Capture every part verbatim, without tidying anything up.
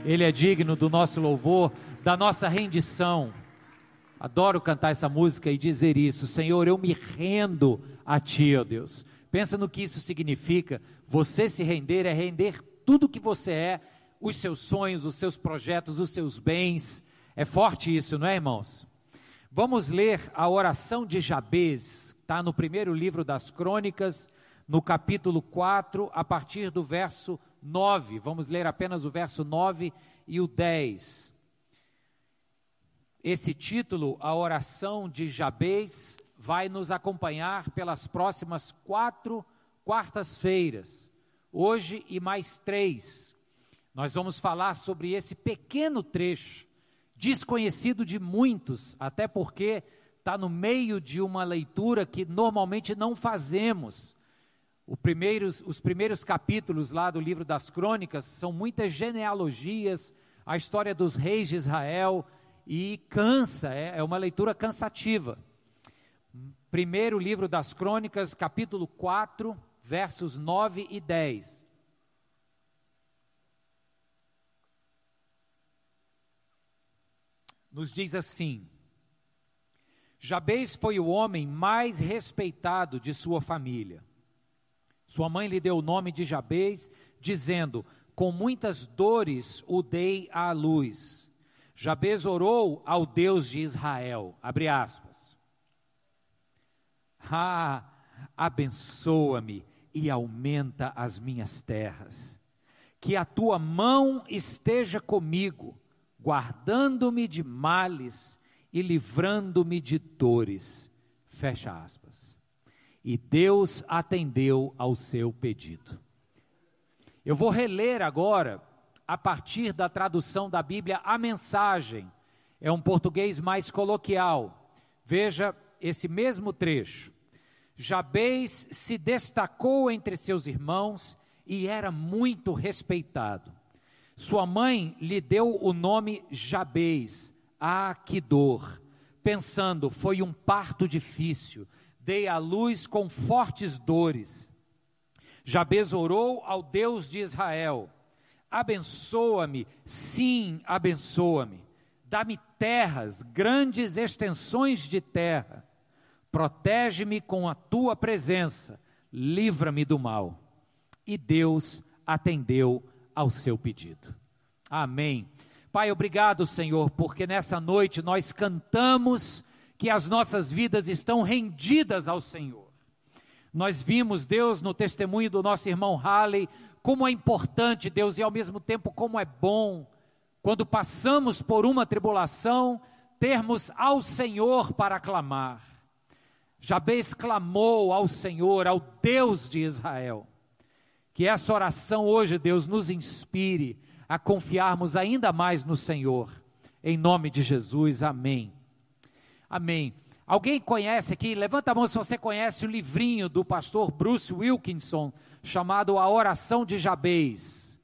Ele é digno do nosso louvor, da nossa rendição. Adoro cantar essa música e dizer isso: Senhor, eu me rendo a Ti, ó Deus. Pensa no que isso significa. Você se render é render tudo que você é, os seus sonhos, os seus projetos, os seus bens. É forte isso, não é, irmãos? Vamos ler a oração de Jabez, está no primeiro livro das Crônicas, no capítulo quatro, a partir do verso nove. Vamos ler apenas o verso nove e o dez. Esse título, a oração de Jabez, vai nos acompanhar pelas próximas quatro quartas-feiras, hoje e mais três. Nós vamos falar sobre esse pequeno trecho, desconhecido de muitos, até porque está no meio de uma leitura que normalmente não fazemos. O primeiros, os primeiros capítulos lá do livro das Crônicas são muitas genealogias, a história dos reis de Israel, e cansa, é, é uma leitura cansativa. Primeiro livro das Crônicas, capítulo quatro, versos nove e dez. Nos diz assim: Jabez foi o homem mais respeitado de sua família. Sua mãe lhe deu o nome de Jabez, dizendo: com muitas dores o dei à luz. Jabez orou ao Deus de Israel, abre aspas. Ah, abençoa-me e aumenta as minhas terras. Que a tua mão esteja comigo, guardando-me de males e livrando-me de dores. Fecha aspas. E Deus atendeu ao seu pedido. Eu vou reler agora, a partir da tradução da Bíblia, a mensagem. É um português mais coloquial. Veja esse mesmo trecho. Jabez se destacou entre seus irmãos e era muito respeitado. Sua mãe lhe deu o nome Jabez, ah, que dor, pensando: foi um parto difícil, dei à luz com fortes dores. Jabez orou ao Deus de Israel: abençoa-me, sim, abençoa-me, dá-me terras, grandes extensões de terra, protege-me com a tua presença, livra-me do mal. E Deus atendeu ao seu pedido. Amém. Pai, obrigado, Senhor, porque nessa noite nós cantamos que as nossas vidas estão rendidas ao Senhor. Nós vimos, Deus, no testemunho do nosso irmão Halley, como é importante, Deus, e ao mesmo tempo como é bom, quando passamos por uma tribulação, termos ao Senhor para clamar. Jabez clamou ao Senhor, ao Deus de Israel. Que essa oração hoje, Deus, nos inspire a confiarmos ainda mais no Senhor. Em nome de Jesus, amém. Amém. Alguém conhece aqui? Levanta a mão se você conhece o livrinho do pastor Bruce Wilkinson, chamado A Oração de Jabez.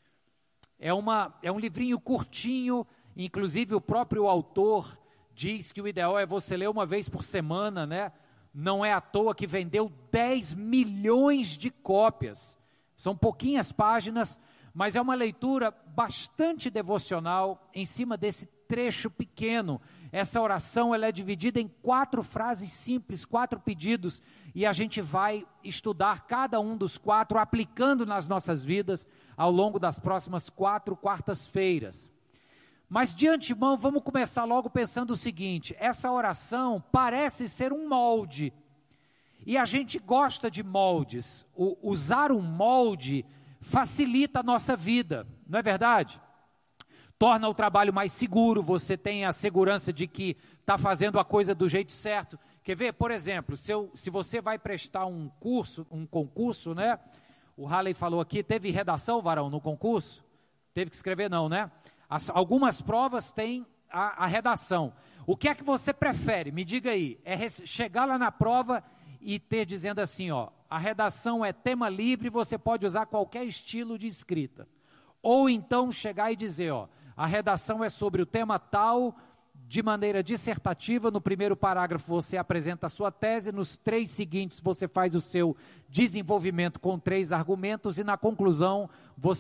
É, uma, é um livrinho curtinho, inclusive o próprio autor diz que o ideal é você ler uma vez por semana, né? Não é à toa que vendeu dez milhões de cópias. São pouquinhas páginas, mas é uma leitura bastante devocional em cima desse trecho pequeno. Essa oração ela é dividida em quatro frases simples, quatro pedidos, e a gente vai estudar cada um dos quatro, aplicando nas nossas vidas ao longo das próximas quatro quartas-feiras. Mas de antemão, vamos começar logo pensando o seguinte: essa oração parece ser um molde, e a gente gosta de moldes. O, usar um molde facilita a nossa vida, não é verdade? Torna o trabalho mais seguro, você tem a segurança de que está fazendo a coisa do jeito certo. Quer ver, por exemplo, se, eu, se você vai prestar um curso, um concurso, né? O Halley falou aqui, teve redação, varão, no concurso? Teve que escrever não, né? As, algumas provas têm a, a redação. O que é que você prefere? Me diga aí. É res, chegar lá na prova e ter dizendo assim, ó, a redação é tema livre, você pode usar qualquer estilo de escrita. Ou então chegar e dizer, ó, a redação é sobre o tema tal, de maneira dissertativa, no primeiro parágrafo você apresenta a sua tese, nos três seguintes você faz o seu desenvolvimento com três argumentos e na conclusão você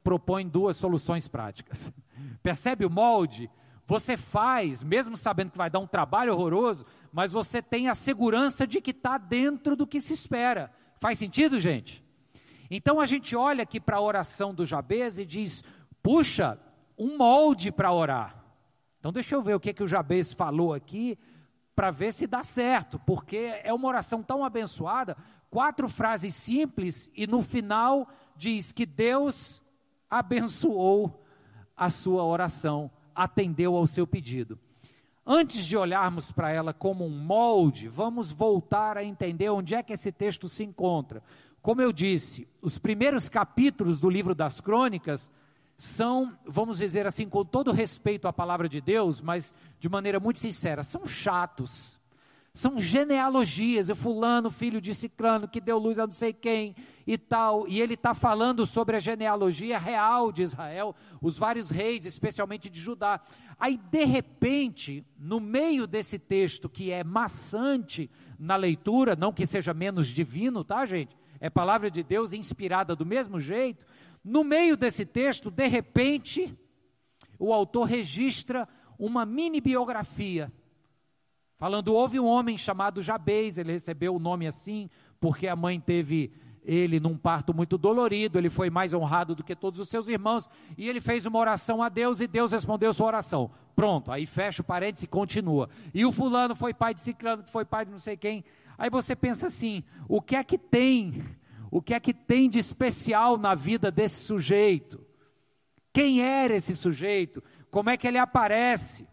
propõe duas soluções práticas. Percebe o molde? Você faz, mesmo sabendo que vai dar um trabalho horroroso, mas você tem a segurança de que está dentro do que se espera. Faz sentido, gente? Então a gente olha aqui para a oração do Jabez e diz, puxa, um molde para orar. Então deixa eu ver o que, que o Jabez falou aqui, para ver se dá certo, porque é uma oração tão abençoada, quatro frases simples, e no final diz que Deus abençoou a sua oração, atendeu ao seu pedido. Antes de olharmos para ela como um molde, vamos voltar a entender onde é que esse texto se encontra. Como eu disse, os primeiros capítulos do livro das Crônicas são, vamos dizer assim, com todo respeito à palavra de Deus, mas de maneira muito sincera, são chatos. São genealogias, o fulano, filho de ciclano, que deu luz a não sei quem e tal, e ele está falando sobre a genealogia real de Israel, os vários reis, especialmente de Judá. Aí de repente, no meio desse texto que é maçante na leitura, não que seja menos divino, tá gente? É palavra de Deus inspirada do mesmo jeito, no meio desse texto, de repente, o autor registra uma mini biografia, falando, houve um homem chamado Jabez, ele recebeu o nome assim, porque a mãe teve ele num parto muito dolorido, ele foi mais honrado do que todos os seus irmãos, e ele fez uma oração a Deus, e Deus respondeu sua oração. Pronto, aí fecha o parênteses e continua. E o fulano foi pai de ciclano, que foi pai de não sei quem. Aí você pensa assim, o que é que tem, o que é que tem de especial na vida desse sujeito? Quem era esse sujeito? Como é que ele aparece?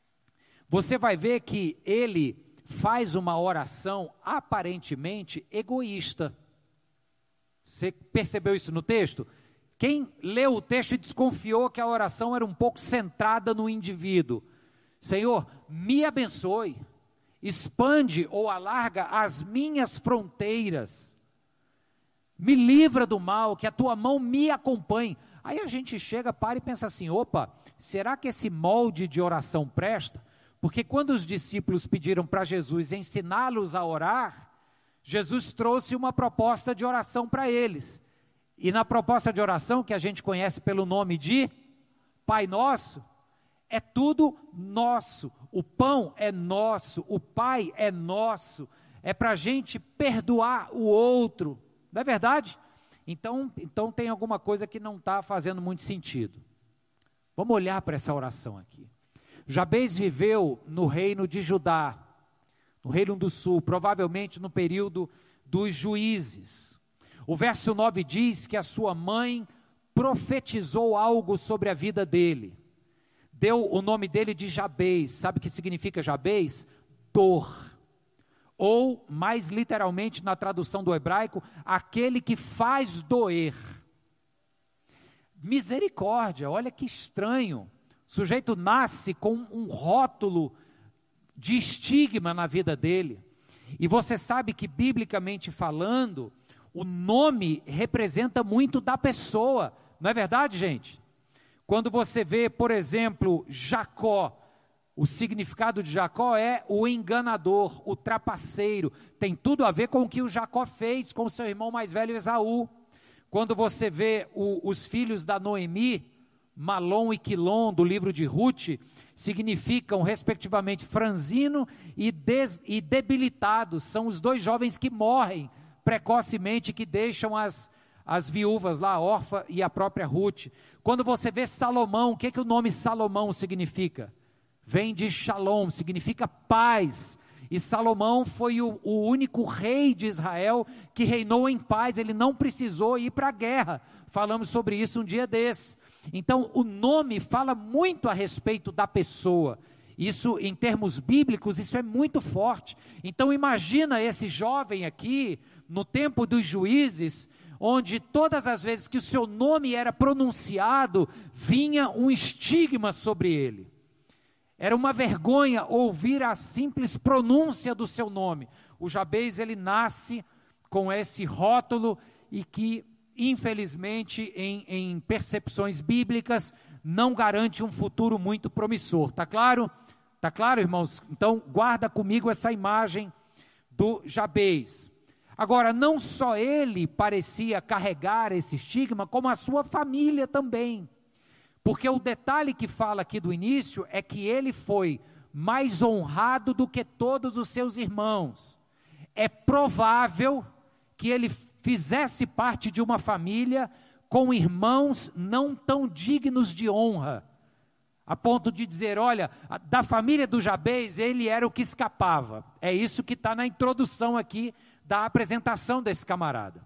Você vai ver que ele faz uma oração aparentemente egoísta. Você percebeu isso no texto? Quem leu o texto desconfiou que a oração era um pouco centrada no indivíduo. Senhor, me abençoe, expande ou alarga as minhas fronteiras, me livra do mal, que a tua mão me acompanhe. Aí a gente chega, para e pensa assim, opa, será que esse molde de oração presta? Porque quando os discípulos pediram para Jesus ensiná-los a orar, Jesus trouxe uma proposta de oração para eles. E na proposta de oração, que a gente conhece pelo nome de Pai Nosso, é tudo nosso. O pão é nosso, o Pai é nosso. É para a gente perdoar o outro. Não é verdade? Então, então tem alguma coisa que não está fazendo muito sentido. Vamos olhar para essa oração aqui. Jabez viveu no reino de Judá, no reino do sul, provavelmente no período dos juízes. O verso nove diz que a sua mãe profetizou algo sobre a vida dele. Deu o nome dele de Jabez. Sabe o que significa Jabez? Dor. Ou, mais literalmente na tradução do hebraico, aquele que faz doer. Misericórdia, olha que estranho. O sujeito nasce com um rótulo de estigma na vida dele. E você sabe que, biblicamente falando, o nome representa muito da pessoa. Não é verdade, gente? Quando você vê, por exemplo, Jacó, o significado de Jacó é o enganador, o trapaceiro. Tem tudo a ver com o que o Jacó fez com seu irmão mais velho Esaú. Quando você vê o, os filhos da Noemi, Malom e Quilom, do livro de Ruth, significam respectivamente franzino e, des, e debilitado. São os dois jovens que morrem precocemente, que deixam as, as viúvas lá, a Orfa e a própria Ruth. Quando você vê Salomão, o que, que o nome Salomão significa? Vem de Shalom, significa paz. E Salomão foi o, o único rei de Israel que reinou em paz, ele não precisou ir para a guerra. Falamos sobre isso um dia desses. Então, o nome fala muito a respeito da pessoa. Isso, em termos bíblicos, isso é muito forte. Então, imagina esse jovem aqui, no tempo dos juízes, onde todas as vezes que o seu nome era pronunciado, vinha um estigma sobre ele. Era uma vergonha ouvir a simples pronúncia do seu nome. O Jabez, ele nasce com esse rótulo e que, infelizmente, em, em percepções bíblicas, não garante um futuro muito promissor. Está claro? Está claro, irmãos? Então, guarda comigo essa imagem do Jabez. Agora, não só ele parecia carregar esse estigma, como a sua família também. Porque o detalhe que fala aqui do início é que ele foi mais honrado do que todos os seus irmãos. É provável que ele fizesse parte de uma família com irmãos não tão dignos de honra, a ponto de dizer, olha, da família do Jabez, ele era o que escapava. É isso que está na introdução aqui da apresentação desse camarada.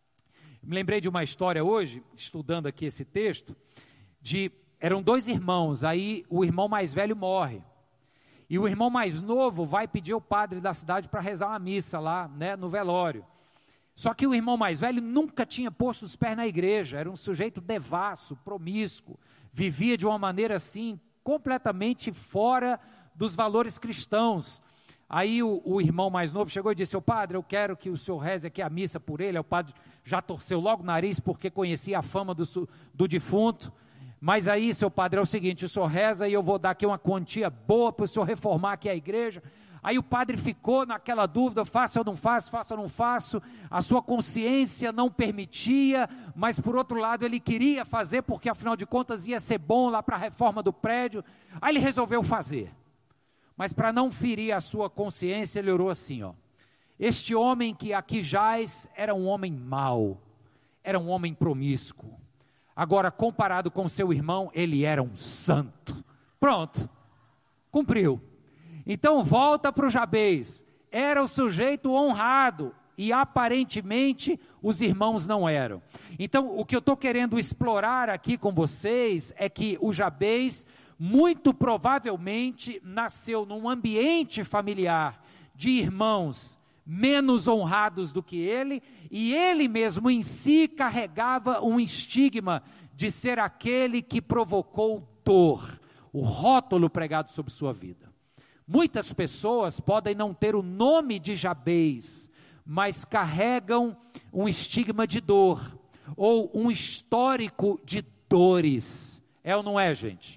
Me lembrei de uma história hoje, estudando aqui esse texto, de, eram dois irmãos, aí o irmão mais velho morre, e o irmão mais novo vai pedir ao padre da cidade para rezar uma missa lá, né, no velório. Só que o irmão mais velho nunca tinha posto os pés na igreja, era um sujeito devasso, promíscuo, vivia de uma maneira assim, completamente fora dos valores cristãos. Aí o, o irmão mais novo chegou e disse, seu padre, eu quero que o senhor reze aqui a missa por ele. Aí o padre já torceu logo o nariz, porque conhecia a fama do, do defunto. Mas aí, seu padre, é o seguinte, o senhor reza e eu vou dar aqui uma quantia boa para o senhor reformar aqui a igreja. Aí o padre ficou naquela dúvida, faço ou não faço, faço ou não faço, a sua consciência não permitia, mas por outro lado ele queria fazer, porque afinal de contas ia ser bom lá para a reforma do prédio. Aí ele resolveu fazer, mas para não ferir a sua consciência, ele orou assim, ó, este homem que aqui jaz era um homem mau, era um homem promíscuo, agora comparado com seu irmão, ele era um santo. Pronto, cumpriu. Então volta para o Jabez, era o sujeito honrado, e aparentemente os irmãos não eram. Então o que eu estou querendo explorar aqui com vocês, é que o Jabez, muito provavelmente, nasceu num ambiente familiar, de irmãos menos honrados do que ele, e ele mesmo em si carregava um estigma, de ser aquele que provocou dor, o rótulo pregado sobre sua vida. Muitas pessoas podem não ter o nome de Jabez, mas carregam um estigma de dor, ou um histórico de dores. É ou não é, gente?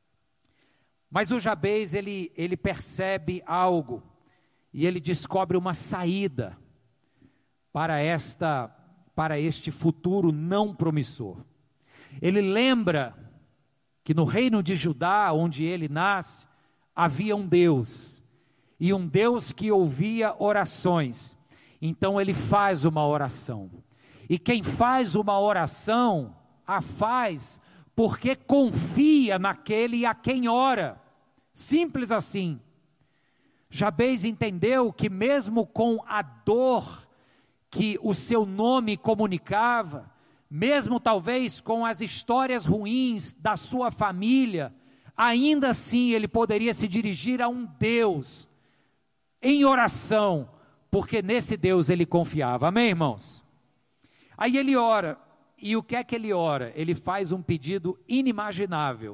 Mas o Jabez, ele, ele percebe algo, e ele descobre uma saída para, esta, para este futuro não promissor. Ele lembra que no reino de Judá, onde ele nasce, havia um Deus, e um Deus que ouvia orações. Então ele faz uma oração, e quem faz uma oração, a faz porque confia naquele a quem ora, simples assim. Jabez entendeu que mesmo com a dor que o seu nome comunicava, mesmo talvez com as histórias ruins da sua família, ainda assim ele poderia se dirigir a um Deus em oração, porque nesse Deus ele confiava. Amém, irmãos? Aí ele ora, e o que é que ele ora? Ele faz um pedido inimaginável.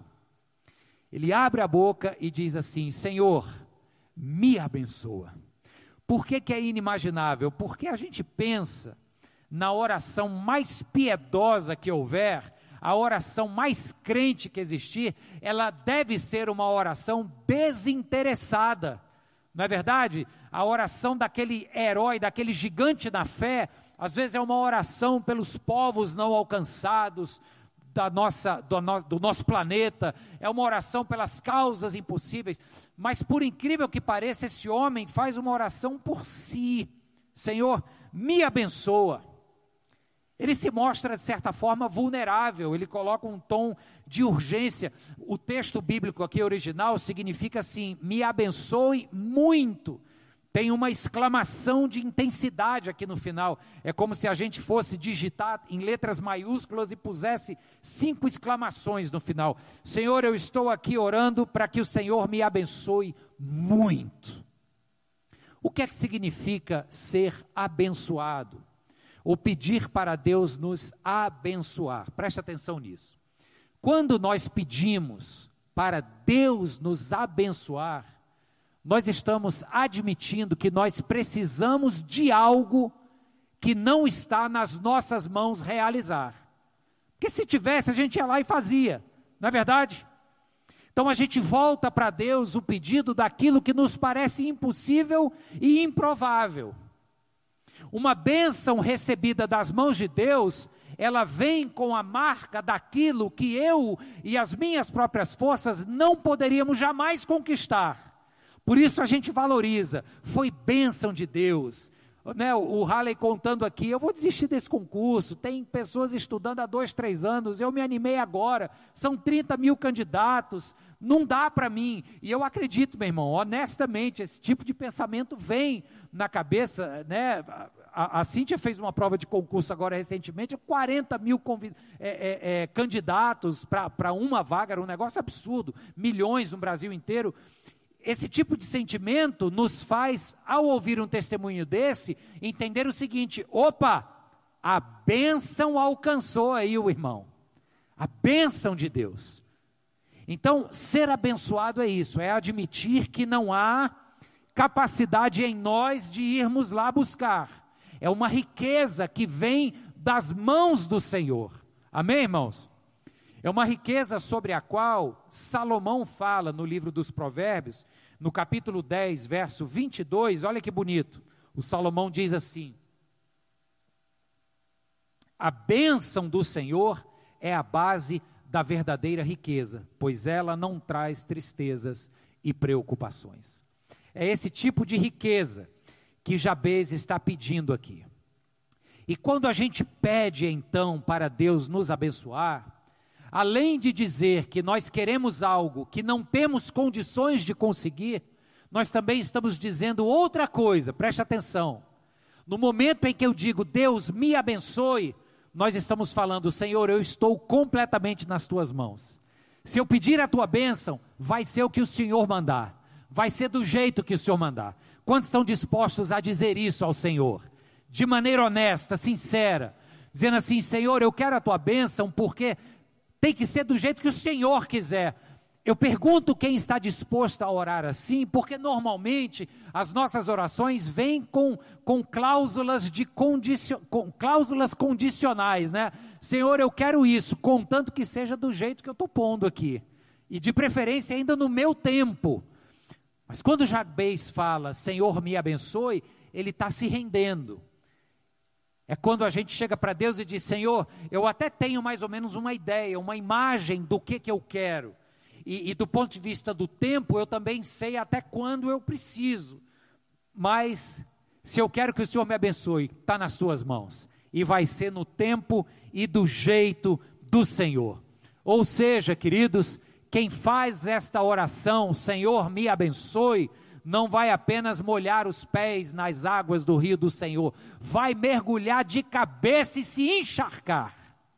Ele abre a boca e diz assim, Senhor, me abençoa. Por que que é inimaginável? Porque a gente pensa na oração mais piedosa que houver, a oração mais crente que existir, ela deve ser uma oração desinteressada, não é verdade? A oração daquele herói, daquele gigante da fé, às vezes é uma oração pelos povos não alcançados, da nossa, do, no, do nosso planeta, é uma oração pelas causas impossíveis, mas por incrível que pareça, esse homem faz uma oração por si, Senhor, me abençoa. Ele se mostra de certa forma vulnerável, ele coloca um tom de urgência. O texto bíblico aqui original significa assim, me abençoe muito. Tem uma exclamação de intensidade aqui no final, é como se a gente fosse digitar em letras maiúsculas e pusesse cinco exclamações no final. Senhor, eu estou aqui orando para que o Senhor me abençoe muito. O que é que significa ser abençoado? Ou pedir para Deus nos abençoar? Preste atenção nisso. Quando nós pedimos para Deus nos abençoar, nós estamos admitindo que nós precisamos de algo que não está nas nossas mãos realizar. Porque se tivesse, a gente ia lá e fazia, não é verdade? Então a gente volta para Deus o pedido daquilo que nos parece impossível e improvável. Uma bênção recebida das mãos de Deus, ela vem com a marca daquilo que eu e as minhas próprias forças não poderíamos jamais conquistar. Por isso a gente valoriza, foi bênção de Deus. Né, o Halley contando aqui, eu vou desistir desse concurso, tem pessoas estudando há dois, três anos, eu me animei agora, são trinta mil candidatos, não dá para mim. E eu acredito, meu irmão, honestamente, esse tipo de pensamento vem na cabeça, né? A, a Cíntia fez uma prova de concurso agora recentemente, quarenta mil convid, é, é, é, candidatos para uma vaga, era um negócio absurdo, milhões no Brasil inteiro. Esse tipo de sentimento nos faz, ao ouvir um testemunho desse, entender o seguinte: opa, a bênção alcançou aí o irmão, a bênção de Deus. Então, ser abençoado é isso, é admitir que não há capacidade em nós de irmos lá buscar, é uma riqueza que vem das mãos do Senhor, amém, irmãos? É uma riqueza sobre a qual Salomão fala no livro dos Provérbios, no capítulo dez, verso vinte e dois, olha que bonito, o Salomão diz assim: a bênção do Senhor é a base da verdadeira riqueza, pois ela não traz tristezas e preocupações. É esse tipo de riqueza que Jabez está pedindo aqui. E quando a gente pede então para Deus nos abençoar, além de dizer que nós queremos algo que não temos condições de conseguir, nós também estamos dizendo outra coisa, preste atenção. No momento em que eu digo, Deus me abençoe, nós estamos falando, Senhor, eu estou completamente nas tuas mãos. Se eu pedir a tua bênção, vai ser o que o Senhor mandar, vai ser do jeito que o Senhor mandar. Quantos estão dispostos a dizer isso ao Senhor? De maneira honesta, sincera, dizendo assim, Senhor, eu quero a tua bênção porque tem que ser do jeito que o Senhor quiser. Eu pergunto quem está disposto a orar assim, porque normalmente as nossas orações vêm com, com, cláusulas, de condicio, com cláusulas condicionais, né? Senhor, eu quero isso, contanto que seja do jeito que eu estou pondo aqui, e de preferência ainda no meu tempo. Mas quando Jabez fala, Senhor me abençoe, ele está se rendendo. É quando a gente chega para Deus e diz, Senhor, eu até tenho mais ou menos uma ideia, uma imagem do que, que eu quero. E, e do ponto de vista do tempo, eu também sei até quando eu preciso. Mas, se eu quero que o Senhor me abençoe, está nas suas mãos. E vai ser no tempo e do jeito do Senhor. Ou seja, queridos, quem faz esta oração, Senhor me abençoe, não vai apenas molhar os pés nas águas do rio do Senhor, vai mergulhar de cabeça e se encharcar.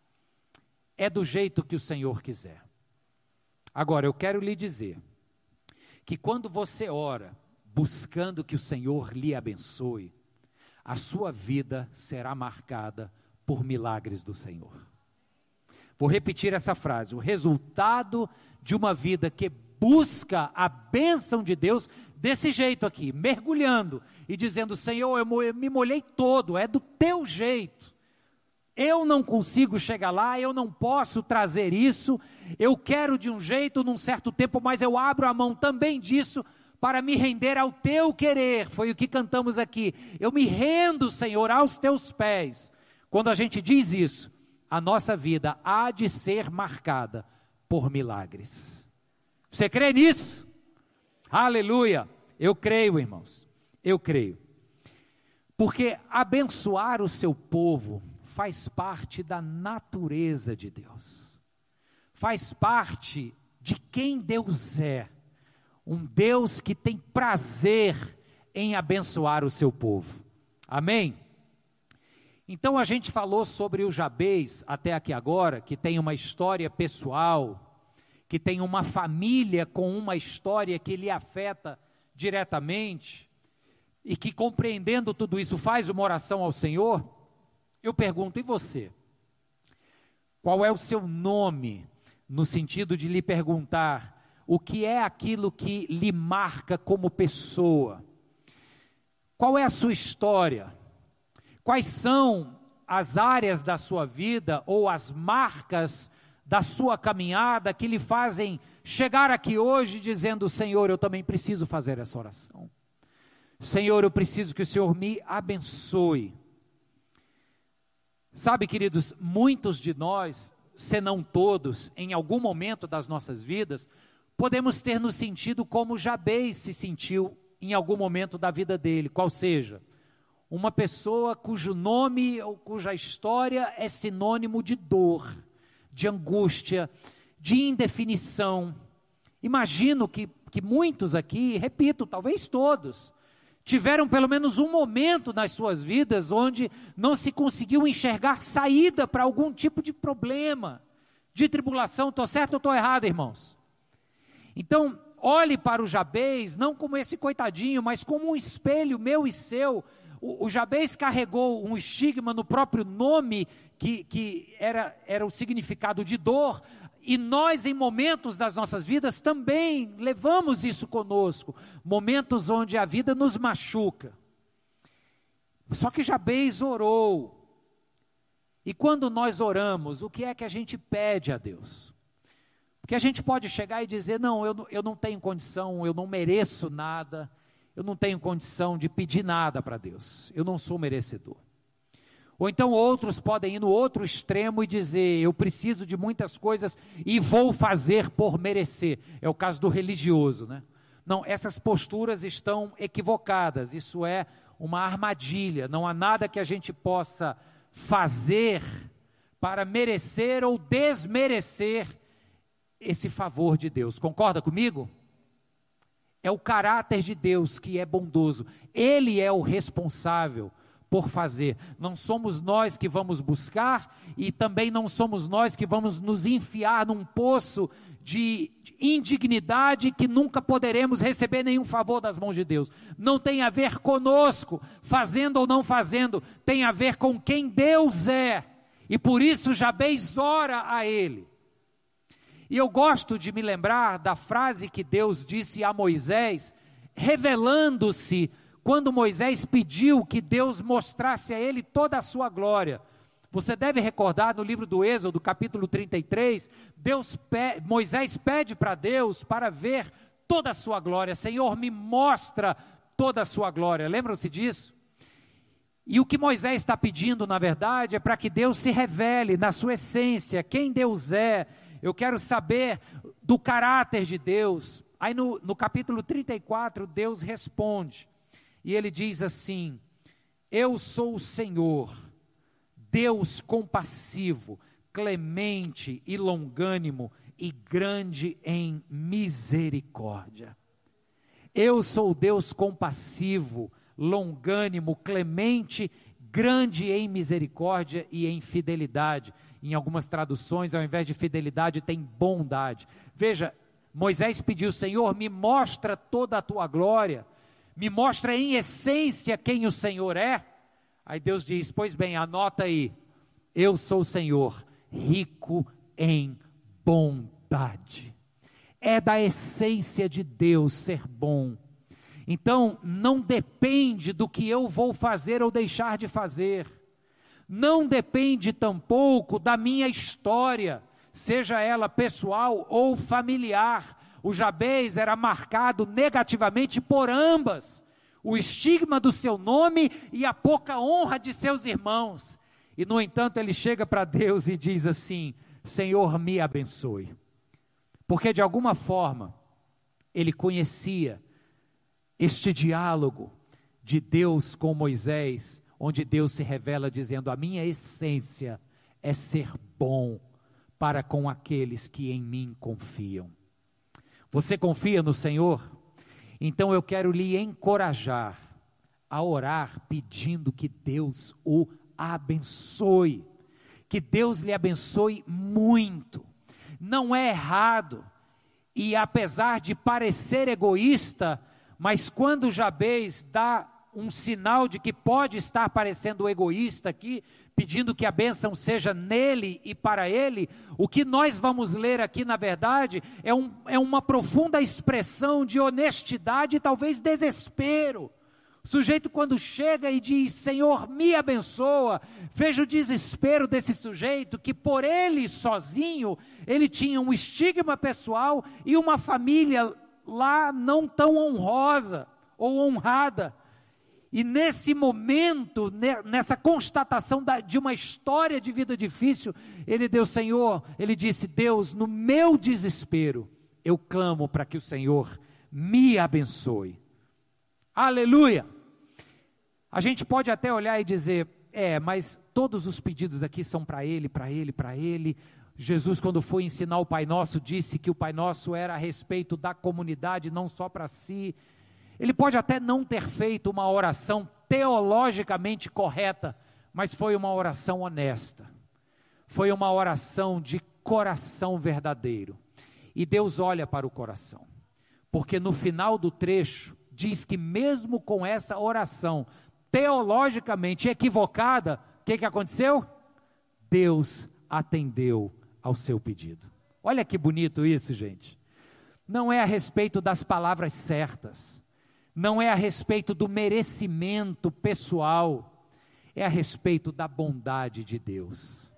É do jeito que o Senhor quiser. Agora, eu quero lhe dizer, que quando você ora, buscando que o Senhor lhe abençoe, a sua vida será marcada por milagres do Senhor. Vou repetir essa frase, o resultado de uma vida que busca a bênção de Deus, desse jeito aqui, mergulhando e dizendo, Senhor, eu me molhei todo, é do teu jeito, eu não consigo chegar lá, eu não posso trazer isso, eu quero de um jeito, num certo tempo, mas eu abro a mão também disso, para me render ao teu querer, foi o que cantamos aqui, eu me rendo, Senhor, aos teus pés. Quando a gente diz isso, a nossa vida há de ser marcada por milagres. Você crê nisso? Aleluia! Eu creio, irmãos, eu creio. Porque abençoar o seu povo faz parte da natureza de Deus. Faz parte de quem Deus é. Um Deus que tem prazer em abençoar o seu povo. Amém? Então a gente falou sobre o Jabez até aqui agora, que tem uma história pessoal, que tem uma família com uma história que lhe afeta diretamente, e que compreendendo tudo isso faz uma oração ao Senhor. Eu pergunto, e você? Qual é o seu nome, no sentido de lhe perguntar, o que é aquilo que lhe marca como pessoa? Qual é a sua história? Quais são as áreas da sua vida, ou as marcas da sua caminhada, que lhe fazem chegar aqui hoje dizendo, Senhor, eu também preciso fazer essa oração. Senhor, eu preciso que o Senhor me abençoe. Sabe, queridos, muitos de nós, se não todos, em algum momento das nossas vidas, podemos ter nos sentido como Jabez se sentiu em algum momento da vida dele, qual seja, uma pessoa cujo nome ou cuja história é sinônimo de dor, de angústia, de indefinição. Imagino que, que muitos aqui, repito, talvez todos, tiveram pelo menos um momento nas suas vidas onde não se conseguiu enxergar saída para algum tipo de problema, de tribulação. Estou certo ou estou errado, irmãos? Então, olhe para o Jabez, não como esse coitadinho, mas como um espelho meu e seu. O, o Jabez carregou um estigma no próprio nome, que, que era, era o significado de dor, e nós em momentos das nossas vidas também levamos isso conosco, momentos onde a vida nos machuca. Só que Jabez orou, e quando nós oramos, o que é que a gente pede a Deus? Porque a gente pode chegar e dizer, não, eu, eu não tenho condição, eu não mereço nada, eu não tenho condição de pedir nada para Deus, eu não sou merecedor. Ou então outros podem ir no outro extremo e dizer, eu preciso de muitas coisas e vou fazer por merecer. É o caso do religioso, né? Não, essas posturas estão equivocadas, isso é uma armadilha, não há nada que a gente possa fazer para merecer ou desmerecer esse favor de Deus. Concorda comigo? É o caráter de Deus que é bondoso, Ele é o responsável por fazer, não somos nós que vamos buscar, e também não somos nós que vamos nos enfiar num poço de indignidade que nunca poderemos receber nenhum favor das mãos de Deus. Não tem a ver conosco, fazendo ou não fazendo, tem a ver com quem Deus é, e por isso Jabez ora a Ele. E eu gosto de me lembrar da frase que Deus disse a Moisés, revelando-se quando Moisés pediu que Deus mostrasse a ele toda a sua glória. Você deve recordar no livro do Êxodo, capítulo trinta e três, Deus pe- Moisés pede para Deus para ver toda a sua glória. Senhor, me mostra toda a sua glória. Lembram-se disso? E o que Moisés está pedindo, na verdade, é para que Deus se revele na sua essência, quem Deus é. Eu quero saber do caráter de Deus. Aí no, no capítulo trinta e quatro, Deus responde. E ele diz assim, eu sou o Senhor, Deus compassivo, clemente e longânimo e grande em misericórdia. Eu sou Deus compassivo, longânimo, clemente, grande em misericórdia e em fidelidade. Em algumas traduções, ao invés de fidelidade, tem bondade. Veja, Moisés pediu, Senhor, me mostra toda a tua glória, me mostra em essência quem o Senhor é. Aí Deus diz, pois bem, anota aí, eu sou o Senhor, rico em bondade. É da essência de Deus ser bom. Então, não depende do que eu vou fazer ou deixar de fazer. Não depende tampouco da minha história, seja ela pessoal ou familiar. O Jabez era marcado negativamente por ambas, o estigma do seu nome e a pouca honra de seus irmãos. E no entanto ele chega para Deus e diz assim, Senhor, me abençoe. Porque de alguma forma ele conhecia este diálogo de Deus com Moisés, onde Deus se revela dizendo, a minha essência é ser bom para com aqueles que em mim confiam. Você confia no Senhor? Então eu quero lhe encorajar a orar pedindo que Deus o abençoe, que Deus lhe abençoe muito. Não é errado, e apesar de parecer egoísta, mas quando Jabez dá um sinal de que pode estar parecendo egoísta aqui, pedindo que a bênção seja nele e para ele, o que nós vamos ler aqui na verdade é, um, é uma profunda expressão de honestidade e talvez desespero. O sujeito quando chega e diz, Senhor, me abençoa, veja o desespero desse sujeito, que por ele sozinho, ele tinha um estigma pessoal e uma família lá não tão honrosa ou honrada. E nesse momento, nessa constatação de uma história de vida difícil, ele deu, Senhor, ele disse, Deus, no meu desespero, eu clamo para que o Senhor me abençoe. Aleluia! A gente pode até olhar e dizer, é, mas todos os pedidos aqui são para ele, para ele, para ele. Jesus, quando foi ensinar o Pai Nosso, disse que o Pai Nosso era a respeito da comunidade, não só para si. Ele pode até não ter feito uma oração teologicamente correta, mas foi uma oração honesta, foi uma oração de coração verdadeiro, e Deus olha para o coração, porque no final do trecho, diz que mesmo com essa oração, teologicamente equivocada, o que que aconteceu? Deus atendeu ao seu pedido. Olha que bonito isso, gente. Não é a respeito das palavras certas, não é a respeito do merecimento pessoal, é a respeito da bondade de Deus.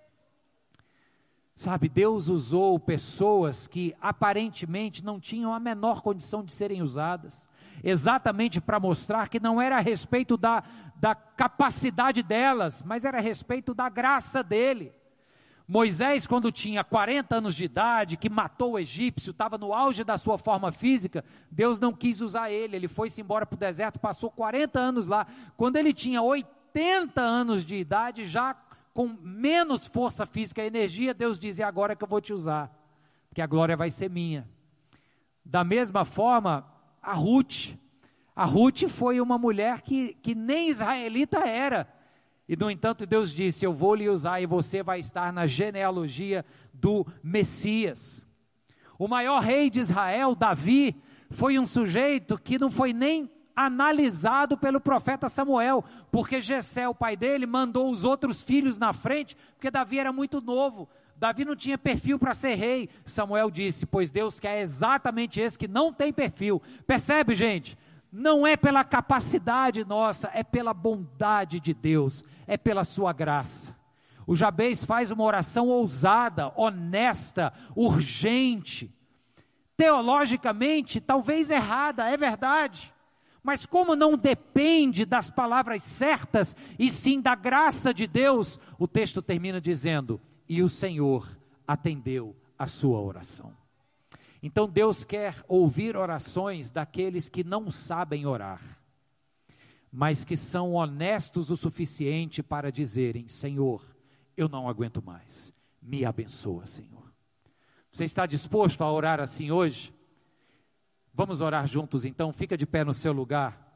Sabe, Deus usou pessoas que aparentemente não tinham a menor condição de serem usadas, exatamente para mostrar que não era a respeito da, da capacidade delas, mas era a respeito da graça dele. Moisés, quando tinha quarenta anos de idade, que matou o egípcio, estava no auge da sua forma física, Deus não quis usar ele, ele foi-se embora para o deserto, passou quarenta anos lá. Quando ele tinha oitenta anos de idade, já com menos força física e energia, Deus dizia, agora que eu vou te usar, porque a glória vai ser minha. Da mesma forma, a Ruth, a Ruth foi uma mulher que, que nem israelita era, e no entanto Deus disse, eu vou lhe usar e você vai estar na genealogia do Messias. O maior rei de Israel, Davi, foi um sujeito que não foi nem analisado pelo profeta Samuel, porque Jessé, o pai dele, mandou os outros filhos na frente, porque Davi era muito novo, Davi não tinha perfil para ser rei. Samuel disse, pois Deus quer exatamente esse que não tem perfil. Percebe, gente? Não é pela capacidade nossa, é pela bondade de Deus, é pela sua graça. O Jabez faz uma oração ousada, honesta, urgente, teologicamente talvez errada, é verdade, mas como não depende das palavras certas, e sim da graça de Deus, o texto termina dizendo, e o Senhor atendeu a sua oração. Então Deus quer ouvir orações daqueles que não sabem orar, mas que são honestos o suficiente para dizerem, Senhor, eu não aguento mais, me abençoa, Senhor. Você está disposto a orar assim hoje? Vamos orar juntos então, fica de pé no seu lugar.